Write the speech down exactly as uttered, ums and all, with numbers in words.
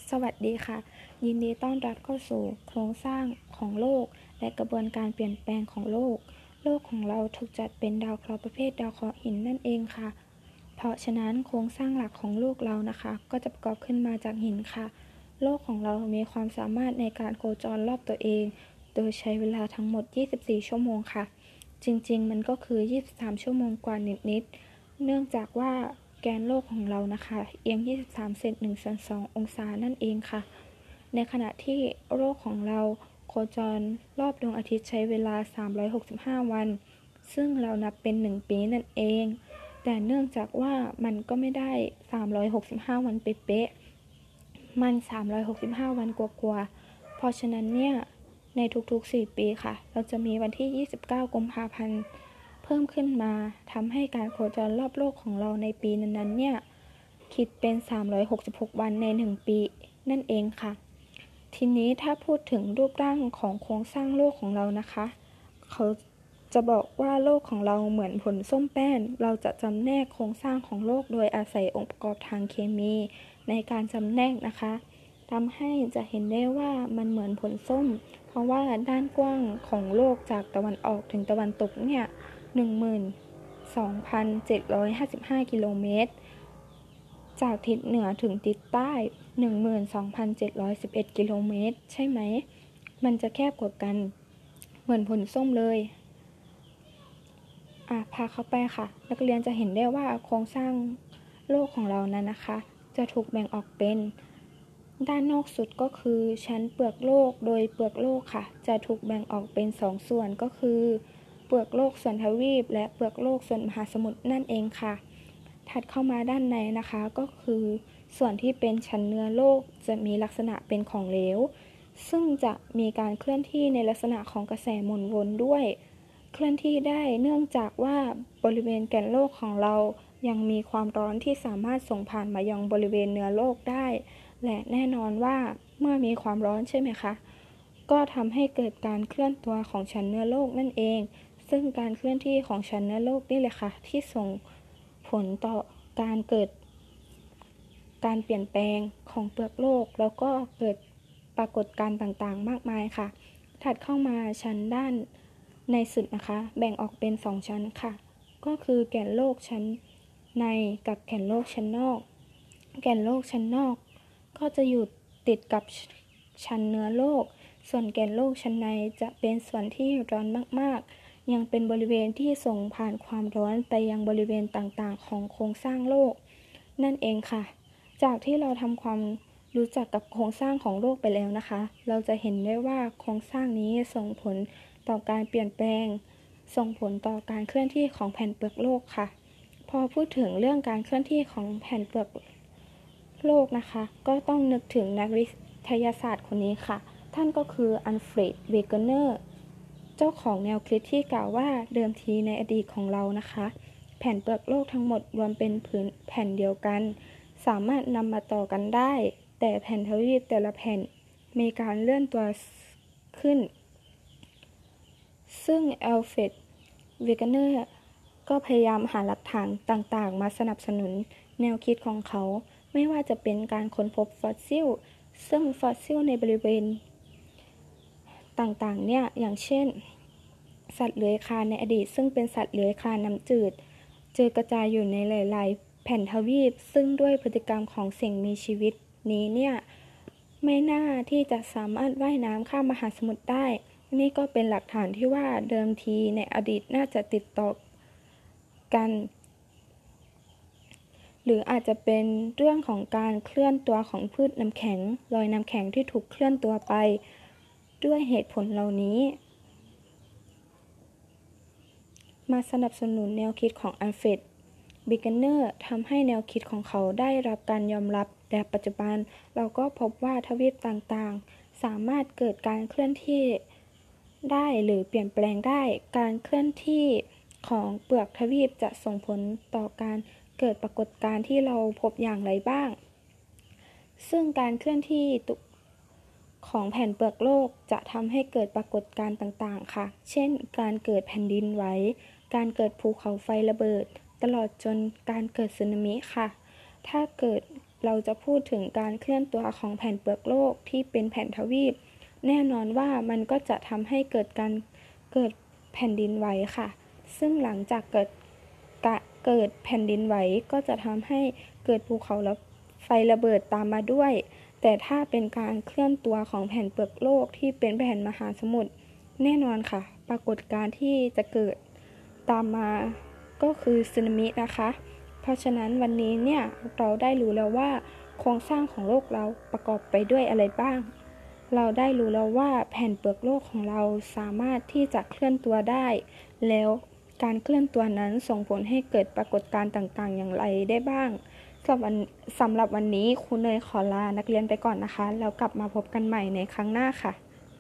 สวัสดีค่ะยินดีต้อนรับเข้าสู่โครงสร้างของโลกและกระบวนการเปลี่ยนแปลงของโลกโลกของเราถูกจัดเป็นดาวเคราะห์ประเภทดาวเคราะห์หินนั่นเองค่ะเพราะฉะนั้นโครงสร้างหลักของโลกเรานะคะก็จะประกอบขึ้นมาจากหินค่ะโลกของเรามีความสามารถในการโคจรรอบตัวเองโดยใช้เวลาทั้งหมดยี่สิบสี่ชั่วโมงค่ะจริงๆมันก็คือยี่สิบสามชั่วโมงกว่านิดๆเนื่องจากว่าแกนโลกของเรานะคะเอียงยี่สิบสามเศษหนึ่งส่วนสององศานั่นเองค่ะในขณะที่โลกของเราโคจรรอบดวงอาทิตย์ใช้เวลาสามร้อยหกสิบห้าวันซึ่งเรานับเป็นหนึ่งปีนั่นเองแต่เนื่องจากว่ามันก็ไม่ได้สามร้อยหกสิบห้าวันเป๊ะๆมันสามร้อยหกสิบห้าวันกว่าๆเพราะฉะนั้นเนี่ยในทุกๆสี่ปีค่ะเราจะมีวันที่ยี่สิบเก้ากุมภาพันธ์เพิ่มขึ้นมาทำให้การโคจรรอบโลกของเราในปีนั้นๆเนี่ยคิดเป็นสามร้อยหกสิบหกวันในหนึ่งปีนั่นเองค่ะทีนี้ถ้าพูดถึงรูปร่างของโครงสร้างโลกของเรานะคะเขาจะบอกว่าโลกของเราเหมือนผลส้มแป้นเราจะจำแนกโครงสร้างของโลกโดยอาศัยองค์ประกอบทางเคมีในการจำแนกนะคะทำให้จะเห็นได้ว่ามันเหมือนผลส้มเพราะว่าด้านกว้างของโลกจากตะวันออกถึงตะวันตกเนี่ย หนึ่งหมื่นสองพันเจ็ดร้อยห้าสิบห้า กิโลเมตรจากทิศเหนือถึงทิศใต้ หนึ่งหมื่นสองพันเจ็ดร้อยสิบเอ็ด กิโลเมตรใช่ไหมมันจะแคบกว่ากันเหมือนผลส้มเลยอ่ะพาเข้าไปค่ะนักเรียนจะเห็นได้ว่าโครงสร้างโลกของเรานั้นนะคะจะถูกแบ่งออกเป็นด้านนอกสุดก็คือชั้นเปลือกโลกโดยเปลือกโลกค่ะจะถูกแบ่งออกเป็นสองส่วนก็คือเปลือกโลกส่วนทวีปและเปลือกโลกส่วนมหาสมุทรนั่นเองค่ะถัดเข้ามาด้านในนะคะก็คือส่วนที่เป็นชั้นเนื้อโลกจะมีลักษณะเป็นของเหลวซึ่งจะมีการเคลื่อนที่ในลักษณะของกระแสหมุนวนด้วยเคลื่อนที่ได้เนื่องจากว่าบริเวณแก่นโลกของเรายังมีความร้อนที่สามารถส่งผ่านมายังบริเวณเนื้อโลกได้และแน่นอนว่าเมื่อมีความร้อนใช่ไหมคะก็ทำให้เกิดการเคลื่อนตัวของชั้นเนื้อโลกนั่นเองซึ่งการเคลื่อนที่ของชั้นเนื้อโลกนี่แหละค่ะที่ส่งผลต่อการเกิดการเปลี่ยนแปลงของเปลือกโลกแล้วก็เกิดปรากฏการณ์ต่างๆมากมายค่ะถัดเข้ามาชั้นด้านในสุดนะคะแบ่งออกเป็นสองชั้นค่ะก็คือแก่นโลกชั้นในกับแก่นโลกชั้นนอกแก่นโลกชั้นนอกก็จะอยู่ติดกับชั้นเนื้อโลกส่วนแก่นโลกชั้นในจะเป็นส่วนที่ร้อนมากๆยังเป็นบริเวณที่ส่งผ่านความร้อนไปยังบริเวณต่างๆของโครงสร้างโลกนั่นเองค่ะจากที่เราทำความรู้จักกับโครงสร้างของโลกไปแล้วนะคะเราจะเห็นได้ว่าโครงสร้างนี้ส่งผลต่อการเปลี่ยนแปลงส่งผลต่อการเคลื่อนที่ของแผ่นเปลือกโลกค่ะพอพูดถึงเรื่องการเคลื่อนที่ของแผ่นเปลือกโลกนะคะก็ต้องนึกถึงนักวิทยาศาสตร์คนนี้ค่ะท่านก็คืออัลเฟรด เวเกเนอร์เจ้าของแนวคิดที่กล่าวว่าเดิมทีในอดีตของเรานะคะแผ่นเปลือกโลกทั้งหมดรวมเป็นผืนแผ่นเดียวกันสามารถนำมาต่อกันได้แต่แผ่นทวีปแต่ละแผ่นมีการเลื่อนตัวขึ้นซึ่งอัลเฟรด เวเกเนอร์ก็พยายามหาหลักฐานต่างๆมาสนับสนุนแนวคิดของเขาไม่ว่าจะเป็นการค้นพบฟอสซิลซึ่งฟอสซิลในบริเวณต่างๆเนี่ยอย่างเช่นสัตว์เลื้อยคลานในอดีตซึ่งเป็นสัตว์เลื้อยคลานน้ำจืดเจอกระจายอยู่ในหลายๆแผ่นทวีปซึ่งด้วยพฤติกรรมของสิ่งมีชีวิตนี้เนี่ยไม่น่าที่จะสามารถว่ายน้ำข้ามมหาสมุทรได้นี่ก็เป็นหลักฐานที่ว่าเดิมทีในอดีตน่าจะติดต่อกันหรืออาจจะเป็นเรื่องของการเคลื่อนตัวของพืชน้ำแข็งลอยน้ำแข็งที่ถูกเคลื่อนตัวไปด้วยเหตุผลเหล่านี้มาสนับสนุนแนวคิดของอัลเฟรด เวเกเนอร์ทำให้แนวคิดของเขาได้รับการยอมรับแต่ปัจจุบันเราก็พบว่าทวีปต่างๆสามารถเกิดการเคลื่อนที่ได้หรือเปลี่ยนแปลงได้การเคลื่อนที่ของเปลือกทวีปจะส่งผลต่อการเกิดปรากฏการณ์ที่เราพบอย่างไรบ้างซึ่งการเคลื่อนที่ของแผ่นเปลือกโลกจะทำให้เกิดปรากฏการณ์ต่างๆค่ะเช่นการเกิดแผ่นดินไหวการเกิดภูเขาไฟระเบิดตลอดจนการเกิดสึนามิค่ะถ้าเกิดเราจะพูดถึงการเคลื่อนตัวของแผ่นเปลือกโลกที่เป็นแผ่นทวีปแน่นอนว่ามันก็จะทำให้เกิดการเกิดแผ่นดินไหวค่ะซึ่งหลังจากเกิดเกิดแผ่นดินไหวก็จะทำให้เกิดภูเขาและไฟระเบิดตามมาด้วยแต่ถ้าเป็นการเคลื่อนตัวของแผ่นเปลือกโลกที่เป็นแผ่นมหาสมุทรแน่นอนค่ะปรากฏการณ์ที่จะเกิดตามมาก็คือสึนามินะคะเพราะฉะนั้นวันนี้เนี่ยเราได้รู้แล้วว่าโครงสร้างของโลกเราประกอบไปด้วยอะไรบ้างเราได้รู้แล้วว่าแผ่นเปลือกโลกของเราสามารถที่จะเคลื่อนตัวได้แล้วการเคลื่อนตัวนั้นส่งผลให้เกิดปรากฏการณ์ต่างๆอย่างไรได้บ้างสำหรับสำหรับวันนี้ครูเนยขอลานักเรียนไปก่อนนะคะแล้วกลับมาพบกันใหม่ในครั้งหน้าค่ะ